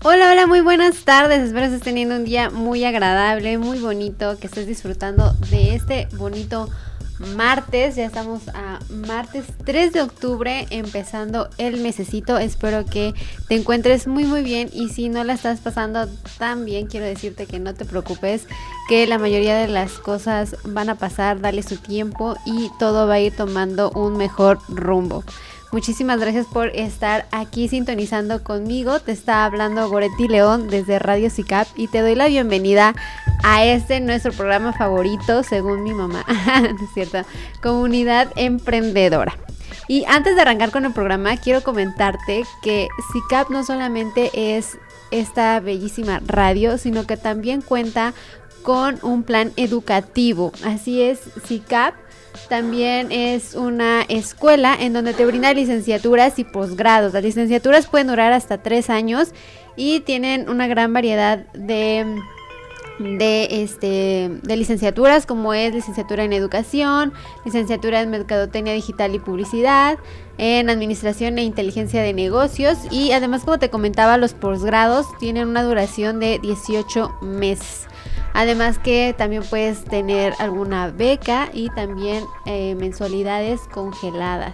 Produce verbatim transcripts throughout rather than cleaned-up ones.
Hola, hola, muy buenas tardes. Espero estés teniendo un día muy agradable, muy bonito, que estés disfrutando de este bonito martes. Ya estamos a martes tres de octubre, empezando el mesecito. Espero que te encuentres muy muy bien, y si no la estás pasando tan bien, quiero decirte que no te preocupes, que la mayoría de las cosas van a pasar. Dale su tiempo y todo va a ir tomando un mejor rumbo. Muchísimas gracias por estar aquí sintonizando conmigo. Te está hablando Goretti León desde Radio C I C A P y te doy la bienvenida a este nuestro programa favorito, según mi mamá, ¿no es cierto? Comunidad Emprendedora. Y antes de arrancar con el programa, quiero comentarte que C I C A P no solamente es esta bellísima radio, sino que también cuenta con un plan educativo. Así es, C I C A P también es una escuela en donde te brinda licenciaturas y posgrados. Las licenciaturas pueden durar hasta tres años y tienen una gran variedad de, de, este, de licenciaturas, como es licenciatura en educación, licenciatura en mercadotecnia digital y publicidad, en administración e inteligencia de negocios, y además, como te comentaba, los posgrados tienen una duración de dieciocho meses. Además que también puedes tener alguna beca y también eh, mensualidades congeladas.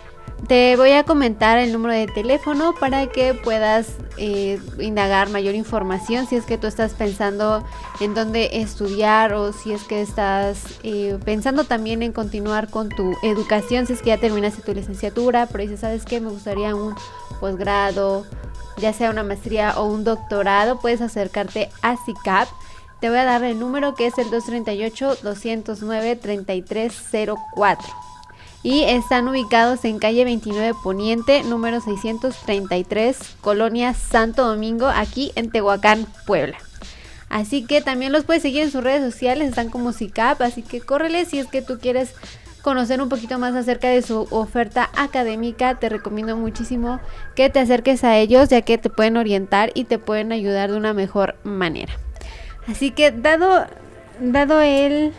Te voy a comentar el número de teléfono para que puedas eh, indagar mayor información si es que tú estás pensando en dónde estudiar, o si es que estás eh, pensando también en continuar con tu educación, si es que ya terminaste tu licenciatura, pero dices, ¿sabes qué? Me gustaría un posgrado, ya sea una maestría o un doctorado. Puedes acercarte a C I C A P. Te voy a dar el número, que es el dos tres ocho, dos cero nueve, tres tres cero cuatro. Y están ubicados en calle veintinueve Poniente, número seiscientos treinta y tres, Colonia Santo Domingo, aquí en Tehuacán, Puebla. Así que también los puedes seguir en sus redes sociales, están como C I C A P, así que córrele si es que tú quieres conocer un poquito más acerca de su oferta académica. Te recomiendo muchísimo que te acerques a ellos, ya que te pueden orientar y te pueden ayudar de una mejor manera. Así que dado, dado el,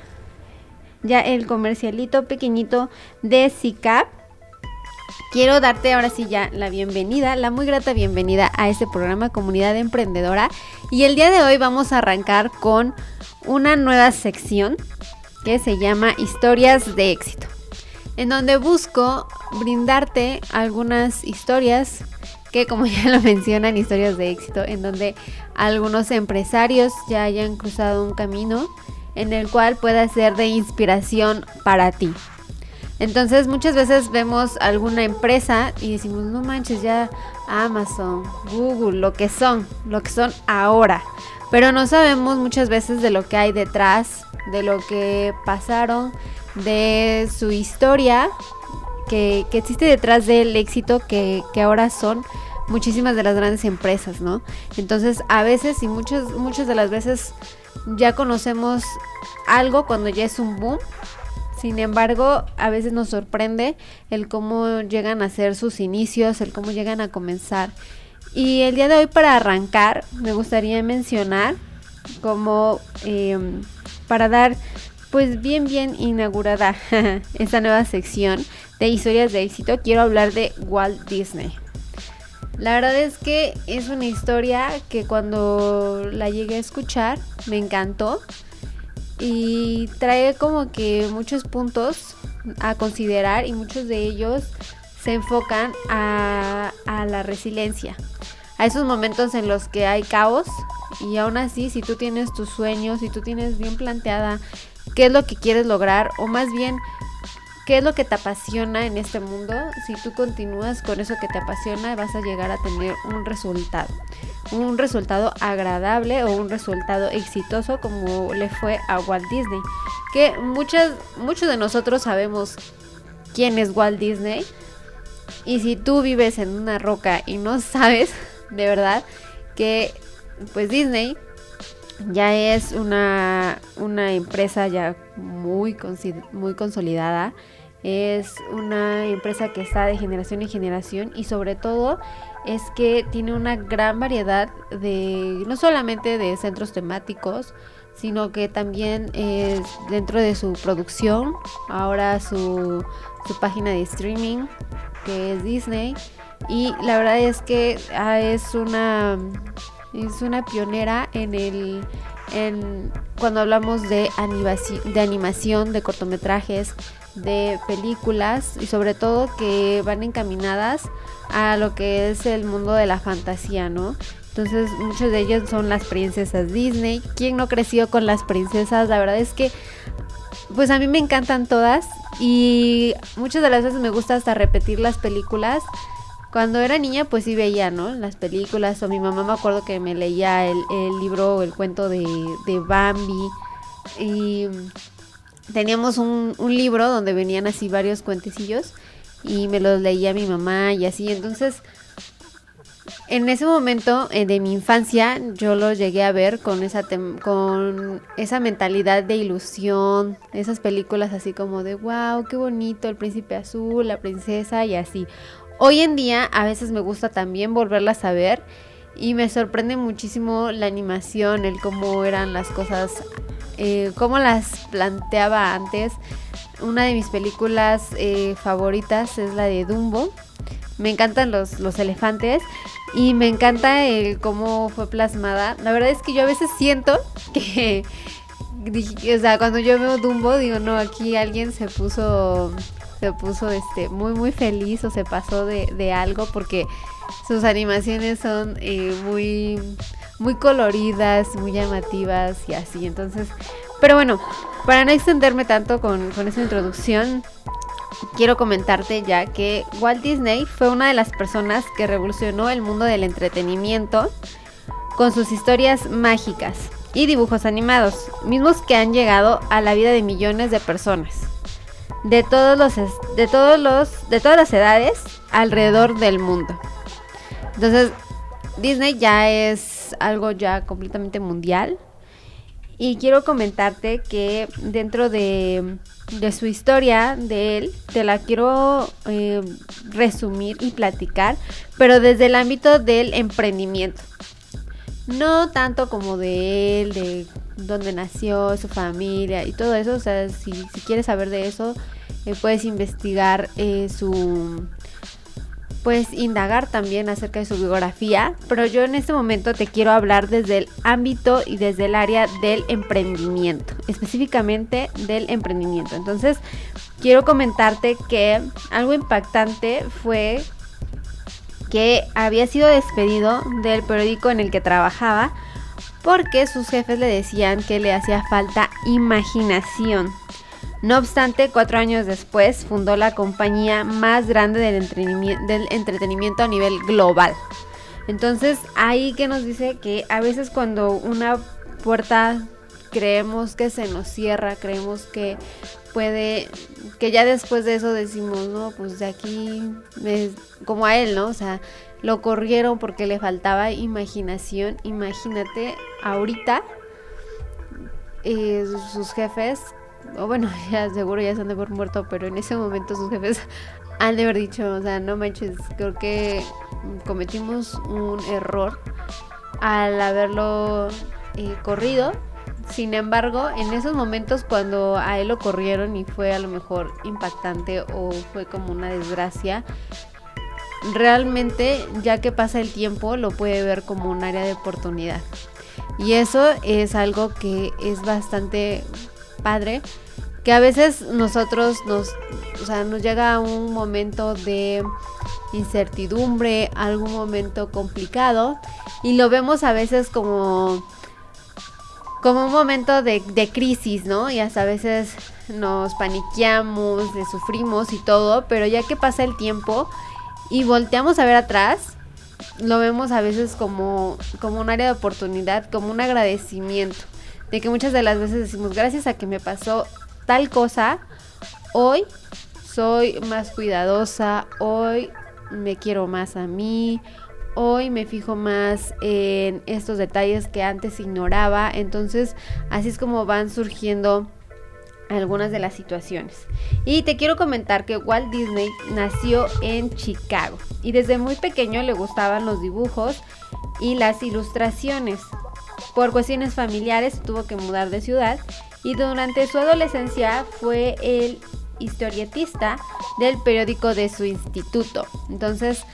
ya el comercialito pequeñito de C I C A P, quiero darte ahora sí ya la bienvenida, la muy grata bienvenida a este programa Comunidad Emprendedora. Y el día de hoy vamos a arrancar con una nueva sección que se llama Historias de Éxito, en donde busco brindarte algunas historias que, como ya lo mencionan, historias de éxito, en donde algunos empresarios ya hayan cruzado un camino en el cual pueda ser de inspiración para ti. Entonces, muchas veces vemos alguna empresa y decimos, no manches, ya Amazon, Google, lo que son, lo que son ahora. Pero no sabemos muchas veces de lo que hay detrás, de lo que pasaron, de su historia, que, que existe detrás del éxito que, que ahora son muchísimas de las grandes empresas, ¿no? Entonces, a veces y muchas, muchas de las veces ya conocemos algo cuando ya es un boom. Sin embargo, a veces nos sorprende el cómo llegan a ser sus inicios, el cómo llegan a comenzar. Y el día de hoy, para arrancar, me gustaría mencionar como eh, para dar pues bien bien inaugurada esta nueva sección de historias de éxito, quiero hablar de Walt Disney. La verdad es que es una historia que cuando la llegué a escuchar me encantó, y trae como que muchos puntos a considerar, y muchos de ellos se enfocan a, a la resiliencia, a esos momentos en los que hay caos, y aún así, si tú tienes tus sueños, si tú tienes bien planteada qué es lo que quieres lograr, o más bien qué es lo que te apasiona en este mundo, si tú continúas con eso que te apasiona, vas a llegar a tener un resultado, un resultado agradable o un resultado exitoso, como le fue a Walt Disney, que muchas, muchos de nosotros sabemos quién es Walt Disney. Y si tú vives en una roca y no sabes, de verdad, que pues Disney ya es una, una empresa ya muy, muy consolidada. Es una empresa que está de generación en generación, y sobre todo es que tiene una gran variedad de, no solamente de centros temáticos, sino que también es dentro de su producción, ahora su, su página de streaming, que es Disney. Y la verdad es que ah, es una es una pionera en el en cuando hablamos de animación, de animación, de cortometrajes, de películas y sobre todo que van encaminadas a lo que es el mundo de la fantasía, ¿no? Entonces muchos de ellos son las princesas Disney. ¿Quién no creció con las princesas? La verdad es que pues a mí me encantan todas y muchas de las veces me gusta hasta repetir las películas. Cuando era niña pues sí veía, ¿no? Las películas, o mi mamá me acuerdo que me leía el, el libro, el cuento de, de Bambi, y teníamos un, un libro donde venían así varios cuentecillos y me los leía mi mamá y así. Entonces en ese momento eh, de mi infancia yo lo llegué a ver con esa tem- con esa mentalidad de ilusión, esas películas así como de wow, qué bonito, el príncipe azul, la princesa y así. Hoy en día a veces me gusta también volverlas a ver y me sorprende muchísimo la animación, el cómo eran las cosas, eh, cómo las planteaba antes. Una de mis películas eh, favoritas es la de Dumbo. Me encantan los, los elefantes y me encanta el cómo fue plasmada. La verdad es que yo a veces siento que, o sea, cuando yo veo Dumbo digo, no, aquí alguien se puso... se puso este muy muy feliz o se pasó de, de algo, porque sus animaciones son eh, muy muy coloridas, muy llamativas y así. Entonces, pero bueno, para no extenderme tanto con, con esta introducción, quiero comentarte ya que Walt Disney fue una de las personas que revolucionó el mundo del entretenimiento con sus historias mágicas y dibujos animados, mismos que han llegado a la vida de millones de personas. De todos los de todos los de todas las edades alrededor del mundo. Entonces, Disney ya es algo ya completamente mundial. Y quiero comentarte que dentro de, de su historia de él, te la quiero eh, resumir y platicar, pero desde el ámbito del emprendimiento. No tanto como de él, de dónde nació, su familia y todo eso. O sea, si, si quieres saber de eso, eh, puedes investigar eh, su... Puedes indagar también acerca de su biografía. Pero yo en este momento te quiero hablar desde el ámbito y desde el área del emprendimiento. Específicamente del emprendimiento. Entonces, quiero comentarte que algo impactante fue que había sido despedido del periódico en el que trabajaba porque sus jefes le decían que le hacía falta imaginación. No obstante, cuatro años después fundó la compañía más grande del entretenimiento, del entretenimiento a nivel global. Entonces, ahí que nos dice que a veces cuando una puerta creemos que se nos cierra, creemos que puede, que ya después de eso decimos, no, pues de aquí, me, como a él, ¿no? O sea, lo corrieron porque le faltaba imaginación. Imagínate, ahorita eh, sus jefes, o bueno, ya seguro ya se han de haber muerto, pero en ese momento sus jefes han de haber dicho, o sea, no manches, creo que cometimos un error al haberlo eh, corrido. Sin embargo, en esos momentos cuando a él lo corrieron y fue a lo mejor impactante o fue como una desgracia, realmente ya que pasa el tiempo lo puede ver como un área de oportunidad. Y eso es algo que es bastante padre, que a veces nosotros nos, o sea, nos llega un momento de incertidumbre, algún momento complicado y lo vemos a veces como como un momento de, de crisis, ¿no? Y hasta a veces nos paniqueamos, le sufrimos y todo, pero ya que pasa el tiempo y volteamos a ver atrás, lo vemos a veces como, como un área de oportunidad, como un agradecimiento, de que muchas de las veces decimos, gracias a que me pasó tal cosa, hoy soy más cuidadosa, hoy me quiero más a mí, hoy me fijo más en estos detalles que antes ignoraba. Entonces, así es como van surgiendo algunas de las situaciones. Y te quiero comentar que Walt Disney nació en Chicago y desde muy pequeño le gustaban los dibujos y las ilustraciones. Por cuestiones familiares tuvo que mudar de ciudad y durante su adolescencia fue el historietista del periódico de su instituto. Entonces,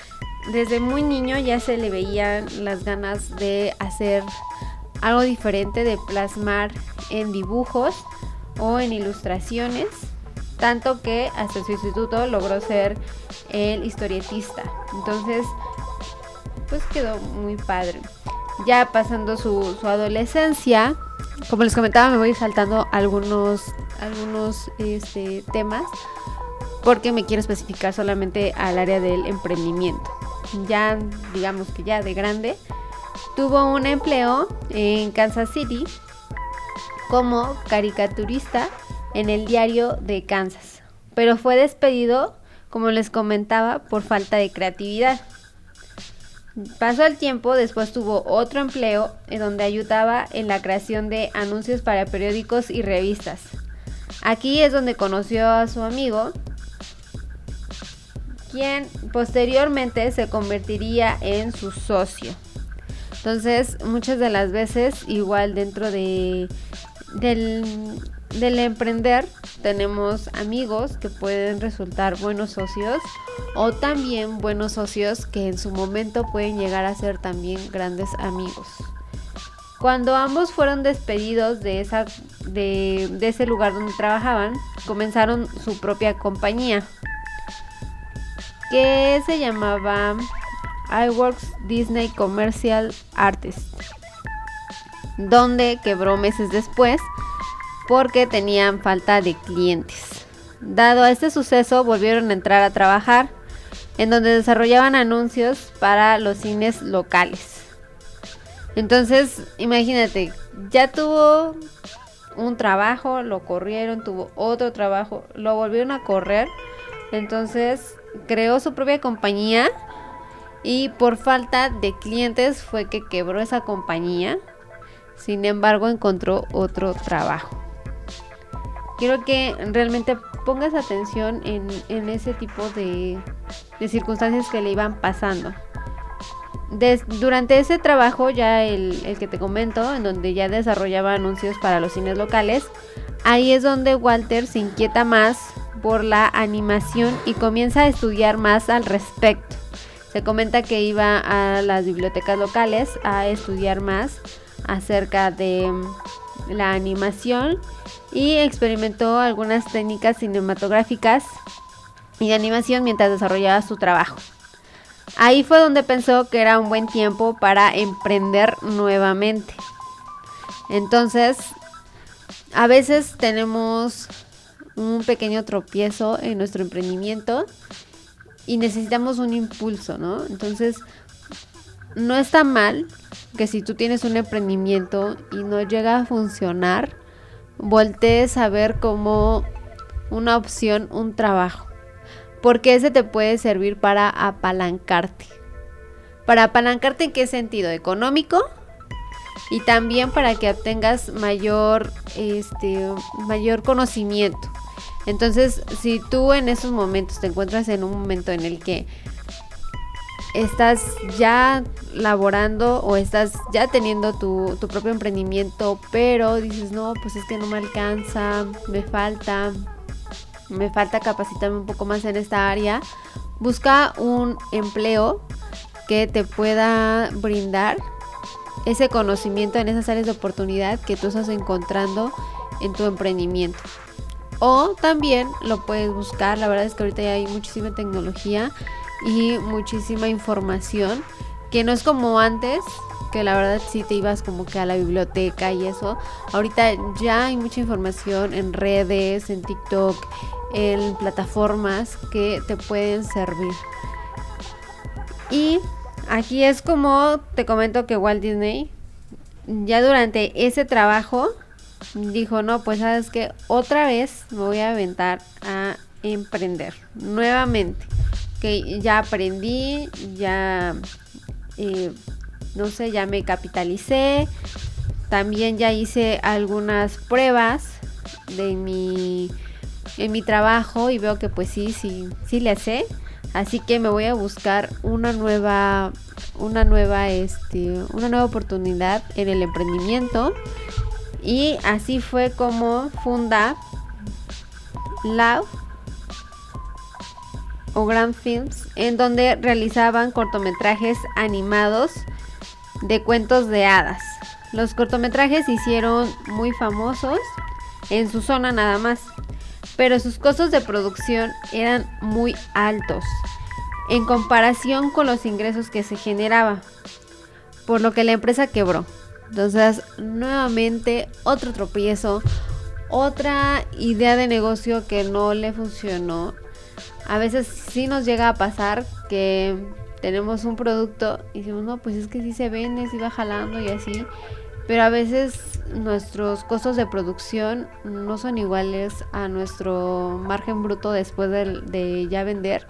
desde muy niño ya se le veían las ganas de hacer algo diferente, de plasmar en dibujos o en ilustraciones, tanto que hasta su instituto logró ser el historietista. Entonces, pues quedó muy padre. Ya pasando su, su adolescencia, como les comentaba, me voy saltando algunos, algunos este, temas, porque me quiero especificar solamente al área del emprendimiento. Ya, digamos que ya de grande, tuvo un empleo en Kansas City como caricaturista en el diario de Kansas, pero fue despedido, como les comentaba, por falta de creatividad. Pasó el tiempo, después tuvo otro empleo en donde ayudaba en la creación de anuncios para periódicos y revistas. Aquí es donde conoció a su amigo, quien posteriormente se convertiría en su socio. Entonces, muchas de las veces, igual dentro de del, del emprender, tenemos amigos que pueden resultar buenos socios, o también buenos socios que en su momento pueden llegar a ser también grandes amigos. Cuando ambos fueron despedidos de, esa, de, de ese lugar donde trabajaban, comenzaron su propia compañía, que se llamaba iWorks Disney Commercial Artists, donde quebró meses después porque tenían falta de clientes. Dado a este suceso, volvieron a entrar a trabajar, en donde desarrollaban anuncios para los cines locales. Entonces, imagínate, ya tuvo un trabajo, lo corrieron, tuvo otro trabajo, lo volvieron a correr. Entonces, creó su propia compañía y por falta de clientes fue que quebró esa compañía. Sin embargo, encontró otro trabajo. Quiero que realmente pongas atención en, en ese tipo de, de circunstancias que le iban pasando. Des, durante ese trabajo, ya el, el que te comento, en donde ya desarrollaba anuncios para los cines locales, ahí es donde Walter se inquieta más por la animación y comienza a estudiar más al respecto. Se comenta que iba a las bibliotecas locales a estudiar más acerca de la animación y experimentó algunas técnicas cinematográficas y de animación mientras desarrollaba su trabajo. Ahí fue donde pensó que era un buen tiempo para emprender nuevamente. Entonces, a veces tenemos un pequeño tropiezo en nuestro emprendimiento y necesitamos un impulso, ¿no? Entonces, no está mal que si tú tienes un emprendimiento y no llega a funcionar, voltees a ver como una opción un trabajo, porque ese te puede servir para apalancarte. ¿Para apalancarte en qué sentido? Económico, y también para que obtengas mayor, este, mayor conocimiento. Entonces, si tú en esos momentos te encuentras en un momento en el que estás ya laborando o estás ya teniendo tu, tu propio emprendimiento, pero dices, no, pues es que no me alcanza, me falta, me falta capacitarme un poco más en esta área, busca un empleo que te pueda brindar ese conocimiento en esas áreas de oportunidad que tú estás encontrando en tu emprendimiento. O también lo puedes buscar, la verdad es que ahorita ya hay muchísima tecnología y muchísima información, que no es como antes, que la verdad sí te ibas como que a la biblioteca y eso. Ahorita ya hay mucha información en redes, en TikTok, en plataformas que te pueden servir. Y aquí es como te comento que Walt Disney, ya durante ese trabajo, dijo, no, pues sabes que otra vez me voy a aventar a emprender nuevamente. Que ya aprendí, ya, eh, no sé, ya me capitalicé. También ya hice algunas pruebas de mi, en mi trabajo y veo que pues sí, sí, sí le sé. Así que me voy a buscar una nueva, una nueva, este, una nueva oportunidad en el emprendimiento. Y así fue como funda Love o Grand Films, en donde realizaban cortometrajes animados de cuentos de hadas. Los cortometrajes se hicieron muy famosos en su zona nada más, pero sus costos de producción eran muy altos en comparación con los ingresos que se generaba, por lo que la empresa quebró. Entonces, nuevamente, otro tropiezo, otra idea de negocio que no le funcionó. A veces sí nos llega a pasar que tenemos un producto y decimos, no, pues es que sí se vende, sí va jalando y así, pero a veces nuestros costos de producción no son iguales a nuestro margen bruto después de, de ya vender.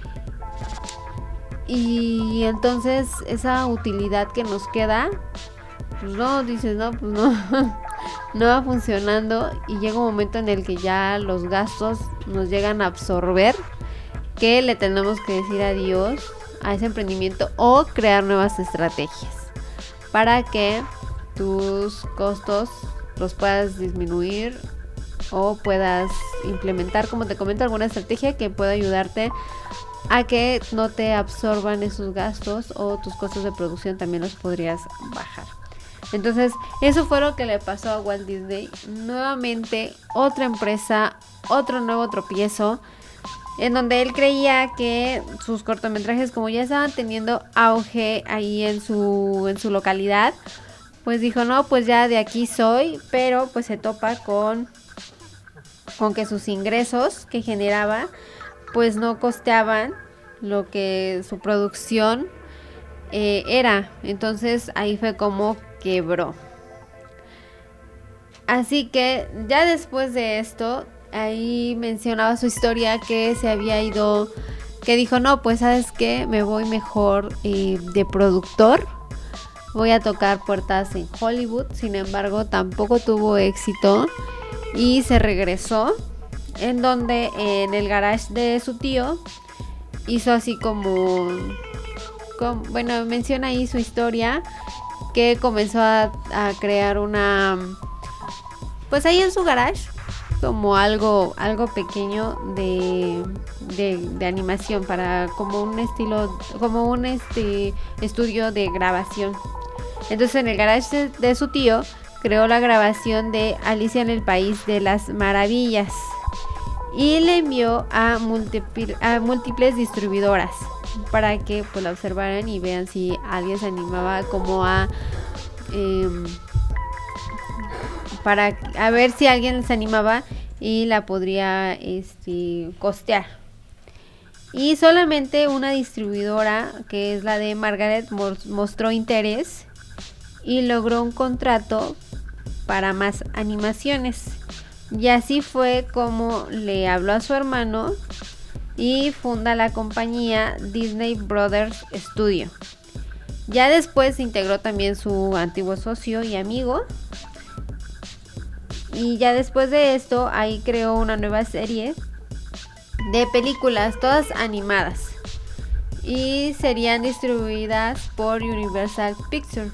Y entonces esa utilidad que nos queda, pues no, dices, no, pues no, no va funcionando, y llega un momento en el que ya los gastos nos llegan a absorber, que le tenemos que decir adiós a ese emprendimiento o crear nuevas estrategias para que tus costos los puedas disminuir o puedas implementar, como te comento, alguna estrategia que pueda ayudarte a que no te absorban esos gastos, o tus costos de producción también los podrías bajar. Entonces, eso fue lo que le pasó a Walt Disney. Nuevamente, otra empresa, otro nuevo tropiezo, en donde él creía que sus cortometrajes, como ya estaban teniendo auge ahí en su, en su localidad, pues dijo, no, pues ya de aquí soy, pero pues se topa con, con que sus ingresos que generaba pues no costeaban lo que su producción eh, era. Entonces ahí fue como quebró. Así que ya después de esto, ahí mencionaba su historia, que se había ido, que dijo, no, pues sabes qué, me voy mejor eh, de productor, voy a tocar puertas en Hollywood. Sin embargo, tampoco tuvo éxito y se regresó, en donde en el garage de su tío hizo así como, como bueno, menciona ahí su historia, que comenzó a, a crear una, pues ahí en su garage, como algo algo pequeño de, de, de animación, para como un estilo, como un este estudio de grabación. Entonces en el garage de, de su tío creó la grabación de Alicia en el País de las Maravillas y le envió a, múltipl- a múltiples distribuidoras para que pues la observaran y vean si alguien se animaba como a eh, para a ver si alguien se animaba y la podría este, costear. Y solamente una distribuidora, que es la de Margaret, mostró interés y logró un contrato para más animaciones. Y así fue como le habló a su hermano y funda la compañía Disney Brothers Studio. Ya después se integró también su antiguo socio y amigo. Y ya después de esto, ahí creó una nueva serie de películas, todas animadas, y serían distribuidas por Universal Pictures.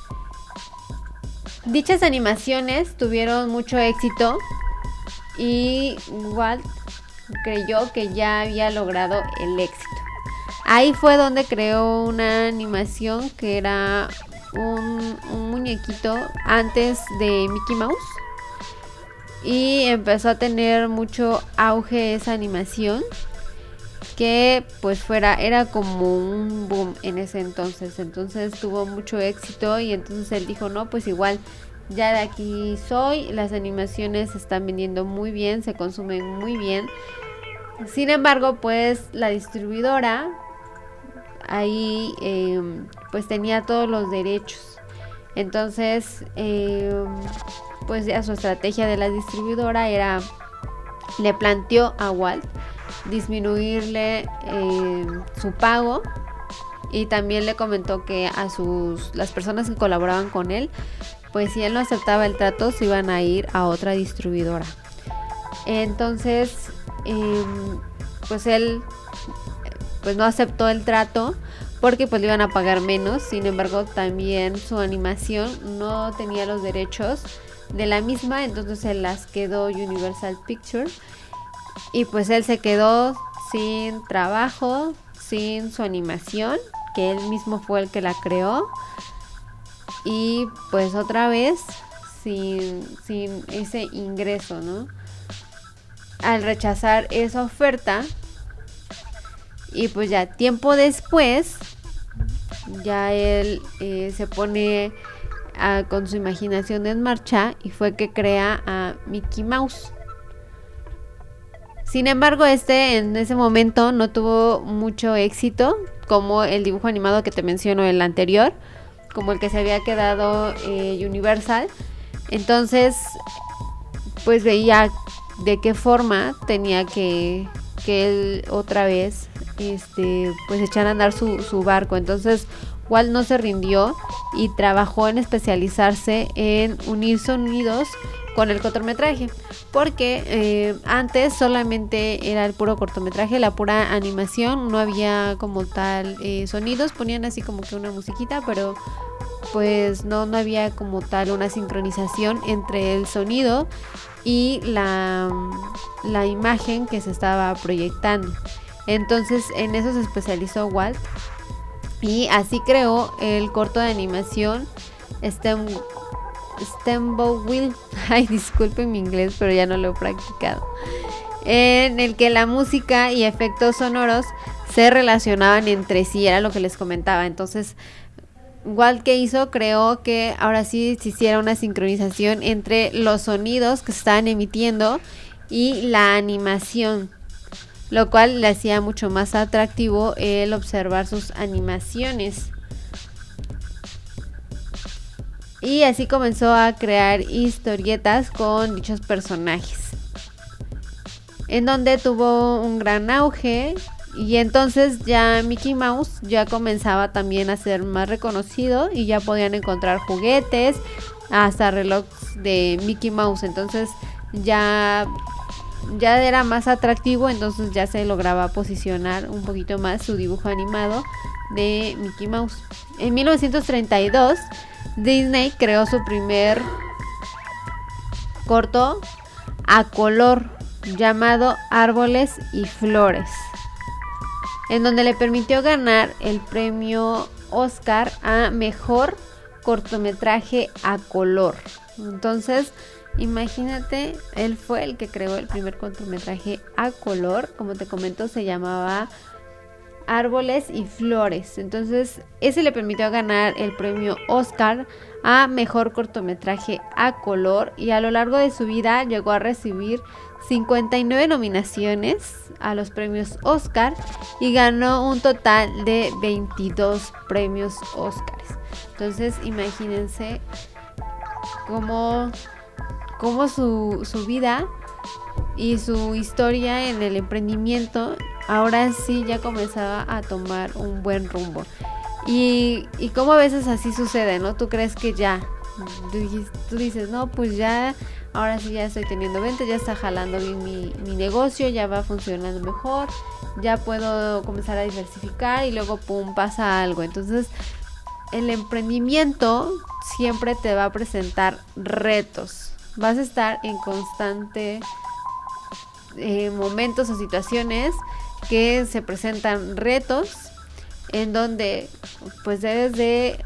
Dichas animaciones tuvieron mucho éxito y Walt creyó que ya había logrado el éxito. Ahí fue donde creó una animación que era un, un muñequito antes de Mickey Mouse, y empezó a tener mucho auge esa animación, que pues fuera era como un boom en ese entonces. Entonces tuvo mucho éxito y entonces él dijo, no, pues igual ya de aquí soy, las animaciones se están vendiendo muy bien, se consumen muy bien. Sin embargo, pues la distribuidora ahí eh, pues tenía todos los derechos. Entonces eh, pues ya su estrategia de la distribuidora era, le planteó a Walt disminuirle eh, su pago, y también le comentó que a sus las personas que colaboraban con él, pues si él no aceptaba el trato, se iban a ir a otra distribuidora. Entonces eh, pues él pues no aceptó el trato porque pues le iban a pagar menos. Sin embargo, también su animación no tenía los derechos de la misma, entonces se las quedó Universal Pictures, y pues él se quedó sin trabajo, sin su animación, que él mismo fue el que la creó, y pues otra vez sin, sin ese ingreso, ¿no? Al rechazar esa oferta, y pues ya tiempo después, ya él eh, se pone a, con su imaginación en marcha, y fue que crea a Mickey Mouse. Sin embargo, este en ese momento no tuvo mucho éxito, como el dibujo animado que te menciono, el anterior, como el que se había quedado eh, Universal. Entonces, pues veía de qué forma tenía que, que él otra vez este, pues echar a andar su, su barco. Entonces Walt no se rindió y trabajó en especializarse en unir sonidos con el cortometraje, porque eh, antes solamente era el puro cortometraje, la pura animación, no había como tal eh, sonidos, ponían así como que una musiquita, pero pues no, no había como tal una sincronización entre el sonido y la, la imagen que se estaba proyectando. Entonces en eso se especializó Walt, y así creó el corto de animación Stem, Steamboat Will. Ay, disculpen mi inglés, pero ya no lo he practicado. En el que la música y efectos sonoros se relacionaban entre sí, era lo que les comentaba. Entonces Walt, ¿qué hizo? Creó que ahora sí se hiciera una sincronización entre los sonidos que se estaban emitiendo y la animación, lo cual le hacía mucho más atractivo el observar sus animaciones. Y así comenzó a crear historietas con dichos personajes, en donde tuvo un gran auge. Y entonces ya Mickey Mouse ya comenzaba también a ser más reconocido, y ya podían encontrar juguetes, hasta relojes de Mickey Mouse. Entonces ya, ya era más atractivo, entonces ya se lograba posicionar un poquito más su dibujo animado de Mickey Mouse. En mil novecientos treinta y dos Disney creó su primer corto a color llamado Árboles y Flores, en donde le permitió ganar el premio Oscar a mejor cortometraje a color. Entonces, imagínate, él fue el que creó el primer cortometraje a color, como te comento, se llamaba Árboles y Flores. Entonces, ese le permitió ganar el premio Oscar a mejor cortometraje a color, y a lo largo de su vida llegó a recibir cincuenta y nueve nominaciones a los premios Oscar y ganó un total de veintidós premios Oscars. Entonces, imagínense cómo, cómo su, su vida y su historia en el emprendimiento ahora sí ya comenzaba a tomar un buen rumbo. Y, y como a veces así sucede, ¿no? Tú crees que ya, tú, tú dices, no, pues ya, ahora sí ya estoy teniendo ventas, ya está jalando bien mi, mi negocio, ya va funcionando mejor, ya puedo comenzar a diversificar, y luego pum, pasa algo. Entonces el emprendimiento siempre te va a presentar retos, vas a estar en constante eh, momentos o situaciones que se presentan retos, en donde pues debes de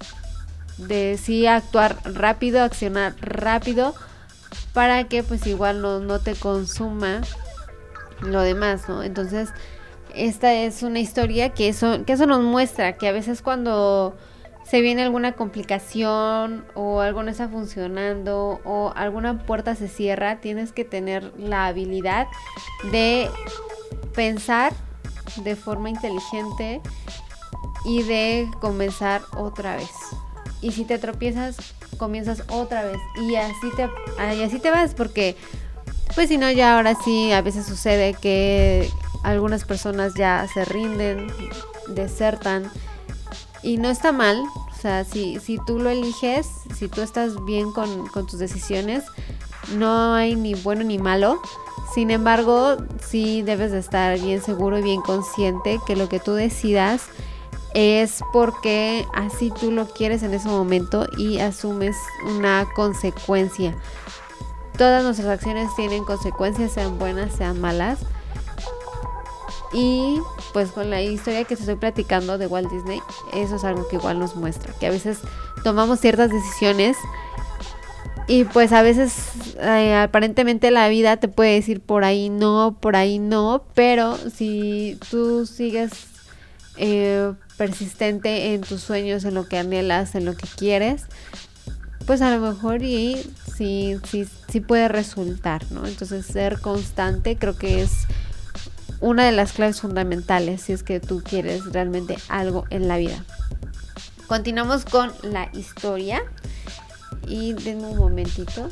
de sí actuar rápido, accionar rápido, para que pues igual no, no te consuma lo demás, ¿no? Entonces esta es una historia que eso, que eso nos muestra que a veces cuando se viene alguna complicación o algo no está funcionando o alguna puerta se cierra, tienes que tener la habilidad de pensar de forma inteligente y de comenzar otra vez. Y si te tropiezas, comienzas otra vez, y así te, y así te vas, porque pues si no, ya ahora sí a veces sucede que algunas personas ya se rinden, desertan, y no está mal. O sea, si, si tú lo eliges, si tú estás bien con, con tus decisiones, no hay ni bueno ni malo. Sin embargo, sí debes de estar bien seguro y bien consciente que lo que tú decidas es porque así tú lo quieres en ese momento y asumes una consecuencia. Todas nuestras acciones tienen consecuencias, sean buenas, sean malas. Y pues con la historia que te estoy platicando de Walt Disney, eso es algo que igual nos muestra, que a veces tomamos ciertas decisiones y pues a veces eh, aparentemente la vida te puede decir por ahí no, por ahí no, pero si tú sigues eh, persistente en tus sueños, en lo que anhelas, en lo que quieres, pues a lo mejor y sí, sí, sí puede resultar, ¿no? Entonces ser constante creo que es una de las claves fundamentales si es que tú quieres realmente algo en la vida. Continuamos con la historia y denme un momentito.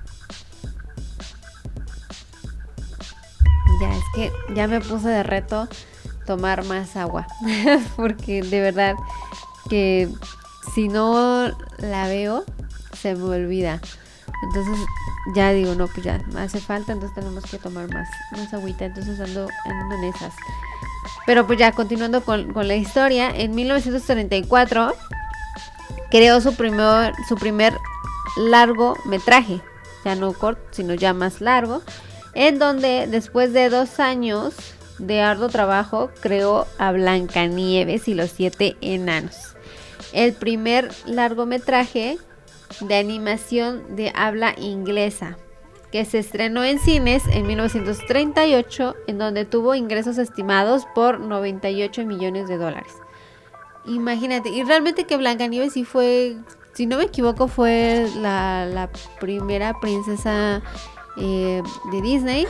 Ya es que ya me puse de reto tomar más agua porque de verdad que si no la veo se me olvida. Entonces ya digo, no, pues ya hace falta, entonces tenemos que tomar más, más agüita, entonces ando, ando en esas. Pero pues ya continuando con, con la historia, en mil novecientos treinta y cuatro creó su primer, su primer largometraje, ya no corto, sino ya más largo, en donde después de dos años de arduo trabajo creó a Blancanieves y los siete enanos. El primer largometraje de animación de habla inglesa, que se estrenó en cines en mil novecientos treinta y ocho, en donde tuvo ingresos estimados por noventa y ocho millones de dólares. Imagínate, y realmente que Blancanieves sí fue, si no me equivoco, fue la, la primera princesa eh, de Disney.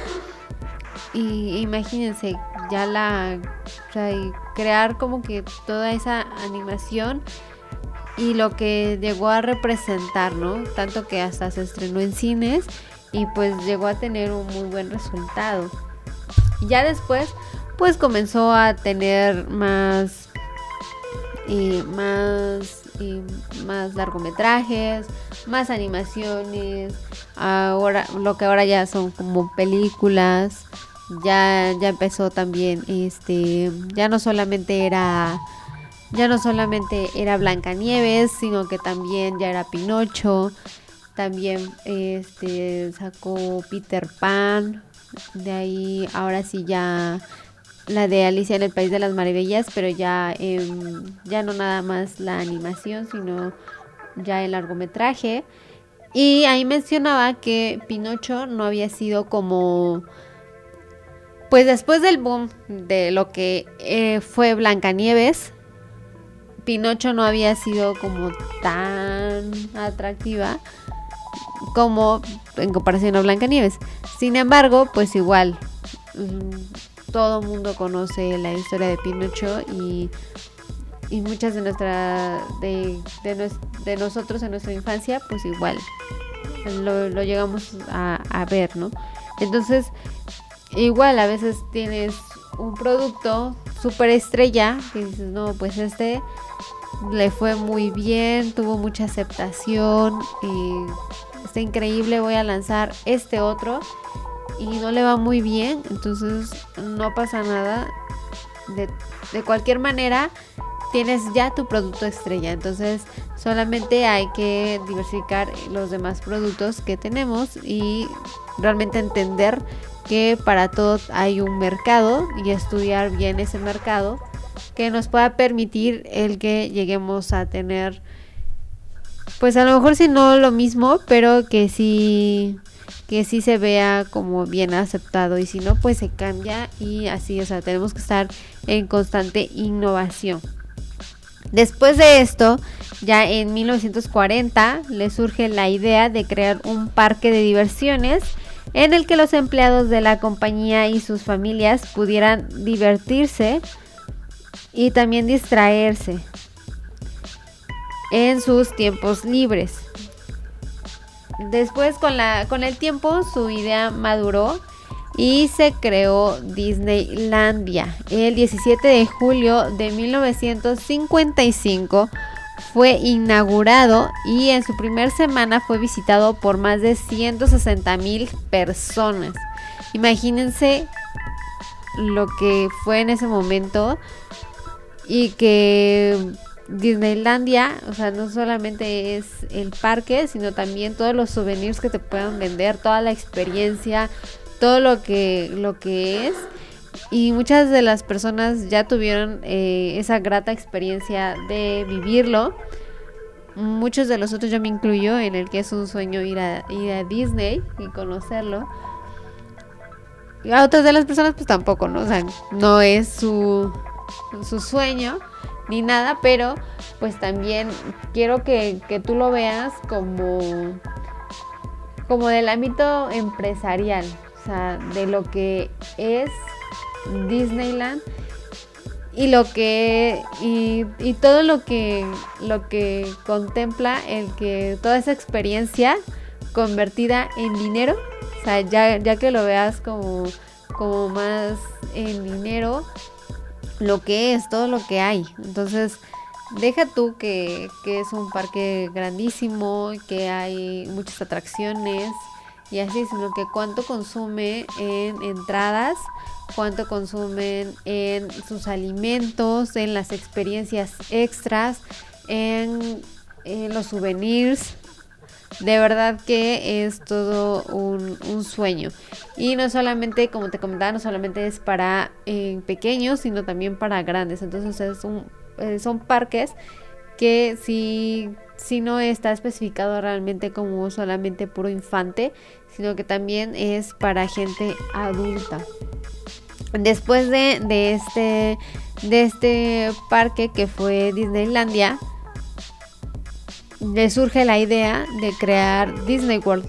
Y imagínense, ya la, o sea, crear como que toda esa animación y lo que llegó a representar, ¿no? Tanto que hasta se estrenó en cines y pues llegó a tener un muy buen resultado. Y ya después, pues comenzó a tener más y más y más largometrajes, más animaciones. Ahora, lo que ahora ya son como películas. Ya, ya empezó también, este, ya no solamente era Ya no solamente era Blancanieves, sino que también ya era Pinocho. También este sacó Peter Pan. De ahí ahora sí ya la de Alicia en el País de las Maravillas, pero ya, eh, ya no nada más la animación, sino ya el largometraje. Y ahí mencionaba que Pinocho no había sido como... Pues después del boom de lo que eh, fue Blancanieves, Pinocho no había sido como tan atractiva como en comparación a Blancanieves. Sin embargo, pues igual, todo el mundo conoce la historia de Pinocho y, y muchas de nuestra de, de, nos, de nosotros en nuestra infancia, pues igual lo, lo llegamos a, a ver, ¿no? Entonces, igual a veces tienes un producto super estrella que dices, no, pues este le fue muy bien, tuvo mucha aceptación y está increíble, voy a lanzar este otro y no le va muy bien, entonces no pasa nada. De, de cualquier manera tienes ya tu producto estrella, entonces solamente hay que diversificar los demás productos que tenemos y realmente entender que para todo hay un mercado y estudiar bien ese mercado que nos pueda permitir el que lleguemos a tener, pues a lo mejor si no lo mismo, pero que sí que sí se vea como bien aceptado, y si no, pues se cambia y así, o sea, tenemos que estar en constante innovación. Después de esto, ya en mil novecientos cuarenta le surge la idea de crear un parque de diversiones en el que los empleados de la compañía y sus familias pudieran divertirse y también distraerse en sus tiempos libres. Después, con la con el tiempo, su idea maduró y se creó Disneylandia. El diecisiete de julio de mil novecientos cincuenta y cinco fue inaugurado y en su primer semana fue visitado por más de ciento sesenta mil personas. Imagínense lo que fue en ese momento, y que Disneylandia, o sea, no solamente es el parque, sino también todos los souvenirs que te puedan vender, toda la experiencia, todo lo que lo que es, y muchas de las personas ya tuvieron eh, esa grata experiencia de vivirlo. Muchos de los otros, yo me incluyo, en el que es un sueño ir a, ir a Disney y conocerlo. Y a otras de las personas pues tampoco, ¿no? O sea, no es su, su sueño ni nada, pero pues también quiero que, que tú lo veas como, como del ámbito empresarial, o sea, de lo que es Disneyland y lo que y, y todo lo que lo que contempla el que toda esa experiencia convertida en dinero, o sea, ya, ya que lo veas como, como más en dinero, lo que es, todo lo que hay. Entonces, deja tú que, que es un parque grandísimo, que hay muchas atracciones y así, sino que cuánto consume en entradas, cuánto consumen en sus alimentos, en las experiencias extras, en, en los souvenirs. De verdad que es todo un, un sueño. Y no solamente, como te comentaba, no solamente es para eh, pequeños, sino también para grandes. Entonces es un, eh, son parques que si, si no está especificado realmente como solamente puro infante, sino que también es para gente adulta. Después de, de, este, de este parque que fue Disneylandia, le surge la idea de crear Disney World.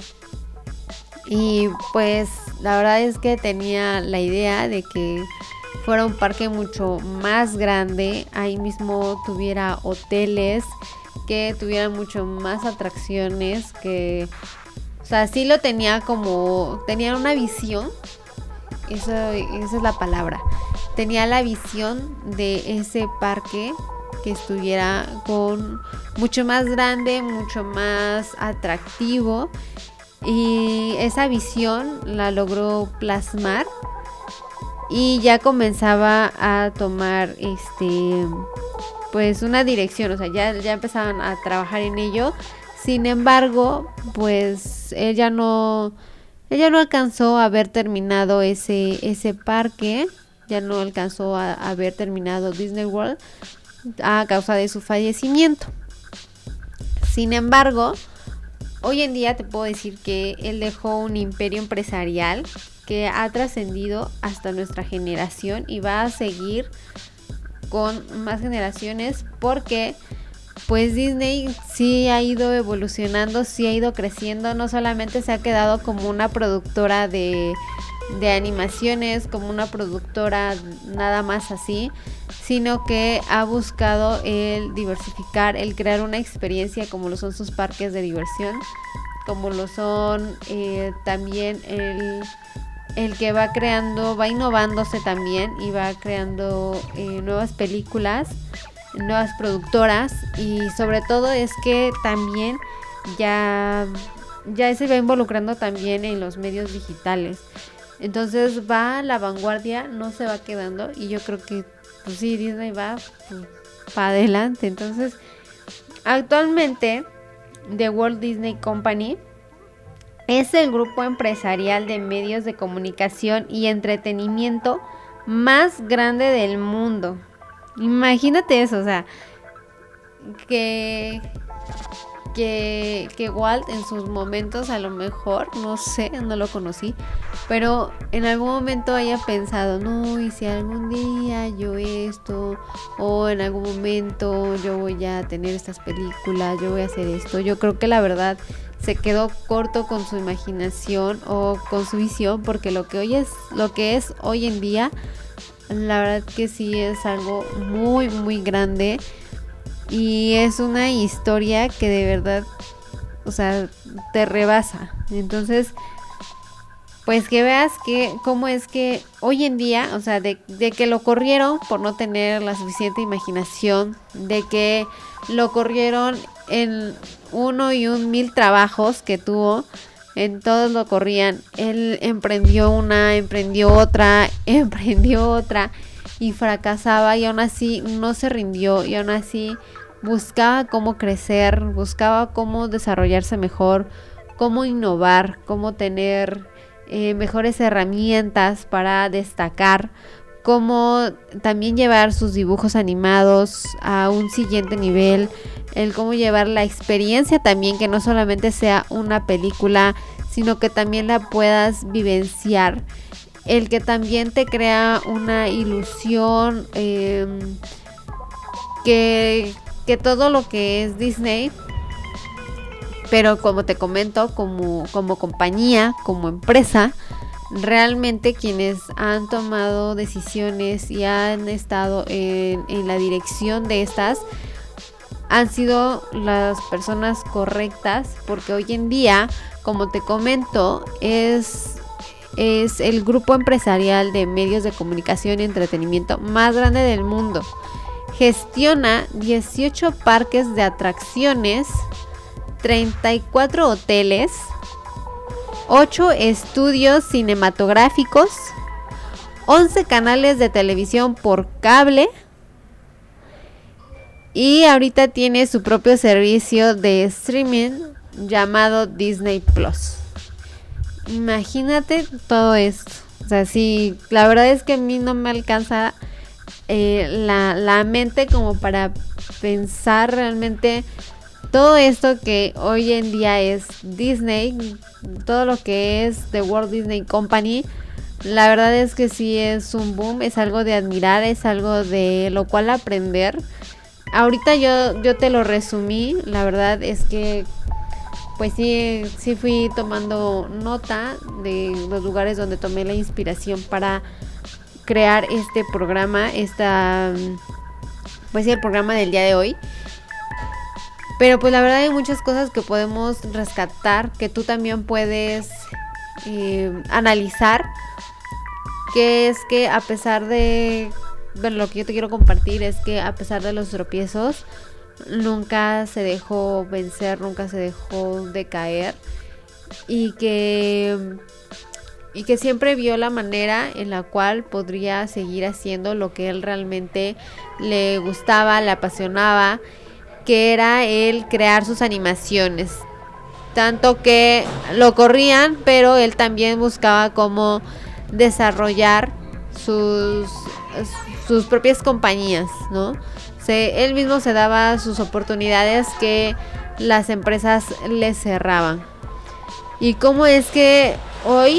Y pues la verdad es que tenía la idea de que fuera un parque mucho más grande, ahí mismo tuviera hoteles, que tuviera mucho más atracciones, que, o sea, sí lo tenía como, tenía una visión, eso, esa es la palabra, tenía la visión de ese parque que estuviera con mucho más grande, mucho más atractivo, y esa visión la logró plasmar y ya comenzaba a tomar este pues una dirección, o sea, ya, ya empezaban a trabajar en ello. Sin embargo, pues ella no ella no alcanzó a haber terminado ese ese parque, ya no alcanzó a, a haber terminado Disney World a causa de su fallecimiento. Sin embargo, hoy en día te puedo decir que él dejó un imperio empresarial que ha trascendido hasta nuestra generación y va a seguir con más generaciones, porque pues Disney sí ha ido evolucionando, sí ha ido creciendo, no solamente se ha quedado como una productora de, de animaciones, como una productora nada más así, sino que ha buscado el diversificar, el crear una experiencia como lo son sus parques de diversión, como lo son eh, también el, el que va creando, va innovándose también y va creando eh, nuevas películas, nuevas productoras, y sobre todo es que también ya, ya se va involucrando también en los medios digitales. Entonces va a la vanguardia, no se va quedando, y yo creo que pues sí, Disney va pues, para adelante. Entonces, actualmente The Walt Disney Company es el grupo empresarial de medios de comunicación y entretenimiento más grande del mundo. Imagínate eso, o sea, que, que, que Walt en sus momentos, a lo mejor, no sé, no lo conocí, pero en algún momento haya pensado, no, y si algún día yo esto, o en algún momento yo voy a tener estas películas, yo voy a hacer esto. Yo creo que la verdad se quedó corto con su imaginación o con su visión, porque lo que hoy es, lo que es hoy en día, la verdad que sí es algo muy muy grande, y es una historia que de verdad, o sea, te rebasa. Entonces, pues que veas que cómo es que hoy en día, o sea, de, de que lo corrieron por no tener la suficiente imaginación, de que lo corrieron en uno y un mil trabajos que tuvo, en todos lo corrían, él emprendió una, emprendió otra, emprendió otra y fracasaba, y aún así no se rindió, y aún así buscaba cómo crecer, buscaba cómo desarrollarse mejor, cómo innovar, cómo tener eh, mejores herramientas para destacar, cómo también llevar sus dibujos animados a un siguiente nivel, el cómo llevar la experiencia también, que no solamente sea una película, sino que también la puedas vivenciar, el que también te crea una ilusión, eh, que, que todo lo que es Disney, pero como te comento, como, como compañía, como empresa, realmente quienes han tomado decisiones y han estado en, en la dirección de estas han sido las personas correctas, porque hoy en día, como te comento, es, es el grupo empresarial de medios de comunicación y entretenimiento más grande del mundo. Gestiona dieciocho parques de atracciones, treinta y cuatro hoteles, ocho estudios cinematográficos, once canales de televisión por cable, y ahorita tiene su propio servicio de streaming llamado Disney Plus. Imagínate todo esto. O sea, sí, la verdad es que a mí no me alcanza eh, la, la mente como para pensar realmente todo esto que hoy en día es Disney, todo lo que es The Walt Disney Company. La verdad es que sí es un boom, es algo de admirar, es algo de lo cual aprender. Ahorita yo, yo te lo resumí, la verdad es que pues sí, sí fui tomando nota de los lugares donde tomé la inspiración para crear este programa, esta, pues sí, el programa del día de hoy. Pero pues la verdad hay muchas cosas que podemos rescatar, que tú también puedes eh, analizar, que es que a pesar de, bueno, lo que yo te quiero compartir es que a pesar de los tropiezos, nunca se dejó vencer, nunca se dejó decaer, y que, y que siempre vio la manera en la cual podría seguir haciendo lo que él realmente le gustaba, le apasionaba, que era el crear sus animaciones. Tanto que lo corrían, pero él también buscaba cómo desarrollar sus, sus propias compañías, ¿no? Se, él mismo se daba sus oportunidades que las empresas le cerraban. Y cómo es que hoy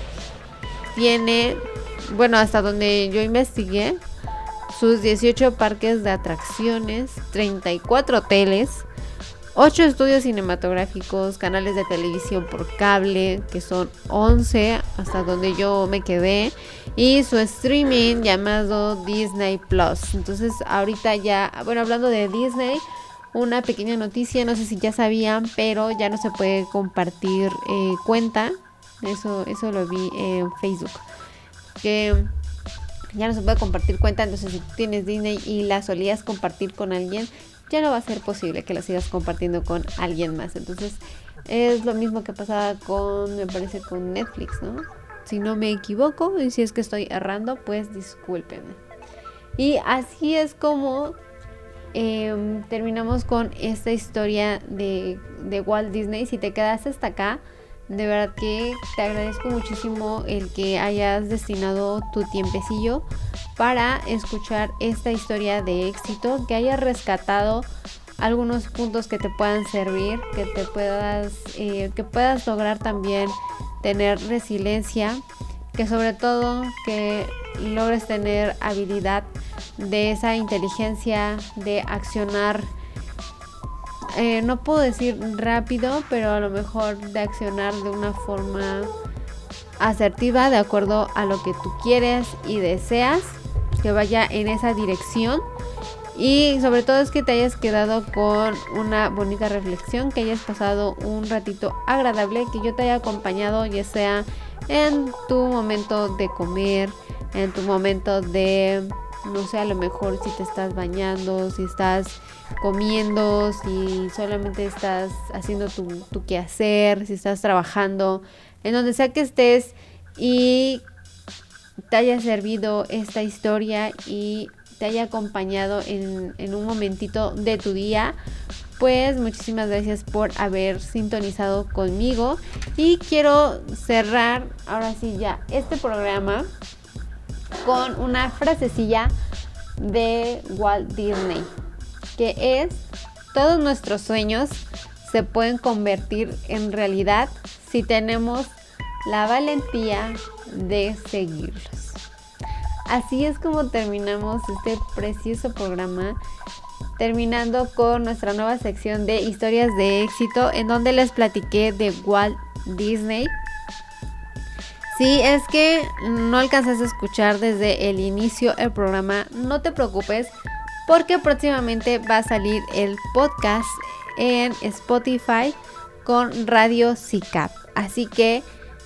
tiene, bueno, hasta donde yo investigué, sus dieciocho parques de atracciones, treinta y cuatro hoteles, ocho estudios cinematográficos, canales de televisión por cable, que son once hasta donde yo me quedé, y su streaming llamado Disney Plus. Entonces ahorita ya, bueno, hablando de Disney, una pequeña noticia, no sé si ya sabían, pero ya no se puede compartir eh, cuenta. Eso, eso lo vi en Facebook, que ya no se puede compartir cuenta. Entonces si tienes Disney y la solías compartir con alguien, ya no va a ser posible que la sigas compartiendo con alguien más. Entonces es lo mismo que pasaba con, me parece, con Netflix, ¿no? Si no me equivoco, y si es que estoy errando, pues discúlpenme. Y así es como eh, terminamos con esta historia de, de Walt Disney. Si te quedaste hasta acá, de verdad que te agradezco muchísimo el que hayas destinado tu tiempecillo para escuchar esta historia de éxito, que hayas rescatado algunos puntos que te puedan servir, que te puedas, eh, que puedas lograr también tener resiliencia, que sobre todo que logres tener habilidad de esa inteligencia de accionar. Eh, no puedo decir rápido, pero a lo mejor de accionar de una forma asertiva, de acuerdo a lo que tú quieres y deseas, que vaya en esa dirección. Y sobre todo es que te hayas quedado con una bonita reflexión, que hayas pasado un ratito agradable, que yo te haya acompañado, ya sea en tu momento de comer, en tu momento de, no sé, a lo mejor si te estás bañando, si estás comiendo, si solamente estás haciendo tu, tu quehacer, si estás trabajando, en donde sea que estés, y te haya servido esta historia y te haya acompañado en, en un momentito de tu día, pues muchísimas gracias por haber sintonizado conmigo. Y quiero cerrar ahora sí ya este programa con una frasecilla de Walt Disney, que es: todos nuestros sueños se pueden convertir en realidad si tenemos la valentía de seguirlos. Así es como terminamos este precioso programa, terminando con nuestra nueva sección de historias de éxito, en donde les platiqué de Walt Disney. Si es que no alcanzas a escuchar desde el inicio el programa, no te preocupes, porque próximamente va a salir el podcast en Spotify con Radio C I C A P. Así que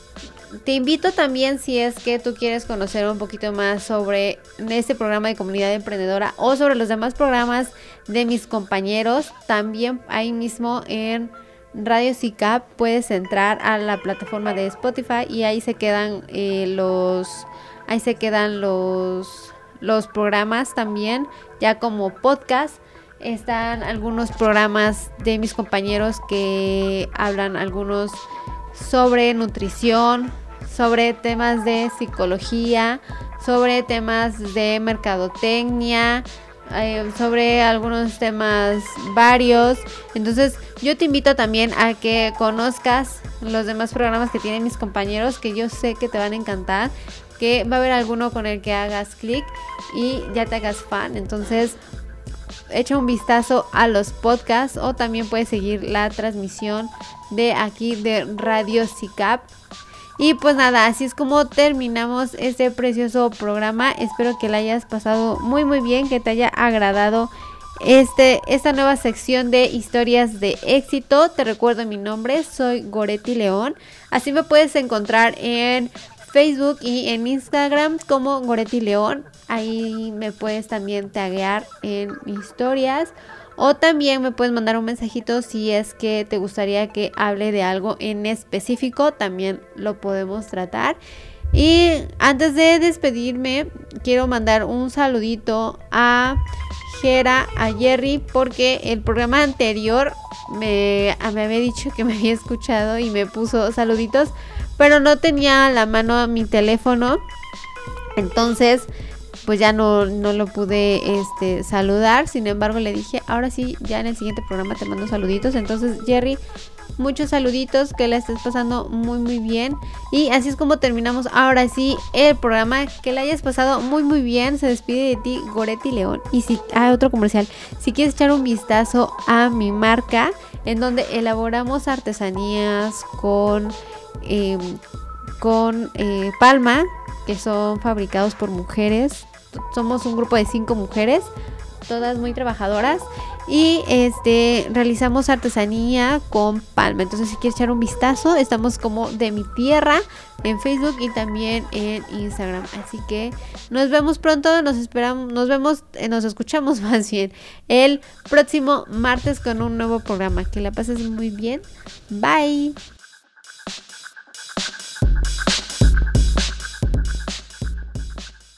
te invito también, si es que tú quieres conocer un poquito más sobre este programa de Comunidad Emprendedora o sobre los demás programas de mis compañeros, también ahí mismo en Radio C I C A P puedes entrar a la plataforma de Spotify y ahí se quedan eh, los ahí se quedan los los programas también ya como podcast. Están algunos programas de mis compañeros que hablan algunos sobre nutrición, sobre temas de psicología, sobre temas de mercadotecnia, eh, sobre algunos temas varios. Entonces yo te invito también a que conozcas los demás programas que tienen mis compañeros, que yo sé que te van a encantar, que va a haber alguno con el que hagas clic y ya te hagas fan. Entonces echa un vistazo a los podcasts, o también puedes seguir la transmisión de aquí de Radio C I C A P. Y pues nada, así es como terminamos este precioso programa. Espero que la hayas pasado muy muy bien, que te haya agradado este esta nueva sección de historias de éxito. Te recuerdo mi nombre, soy Goretti León. Así me puedes encontrar en Facebook y en Instagram como Goretti León. Ahí me puedes también taguear en historias, o también me puedes mandar un mensajito si es que te gustaría que hable de algo en específico. También lo podemos tratar. Y antes de despedirme, quiero mandar un saludito a Jera, a Jerry, porque el programa anterior me, me había dicho que me había escuchado y me puso saluditos, pero no tenía a la mano mi teléfono, entonces pues ya no, no lo pude este, saludar. Sin embargo, le dije, ahora sí, ya en el siguiente programa te mando saluditos. Entonces, Jerry, muchos saluditos, que la estés pasando muy muy bien. Y así es como terminamos ahora sí el programa. Que la hayas pasado muy muy bien. Se despide de ti Goretti León. Y si hay ah, otro comercial, si quieres echar un vistazo a mi marca, en donde elaboramos artesanías con eh, con eh, palma, que son fabricados por mujeres. Somos un grupo de cinco mujeres, todas muy trabajadoras, y este realizamos artesanía con palma. Entonces, si quieres echar un vistazo, estamos como De Mi Tierra en Facebook y también en Instagram. Así que nos vemos pronto, nos esperamos, nos vemos, eh, nos escuchamos más bien el próximo martes con un nuevo programa. Que la pases muy bien. Bye.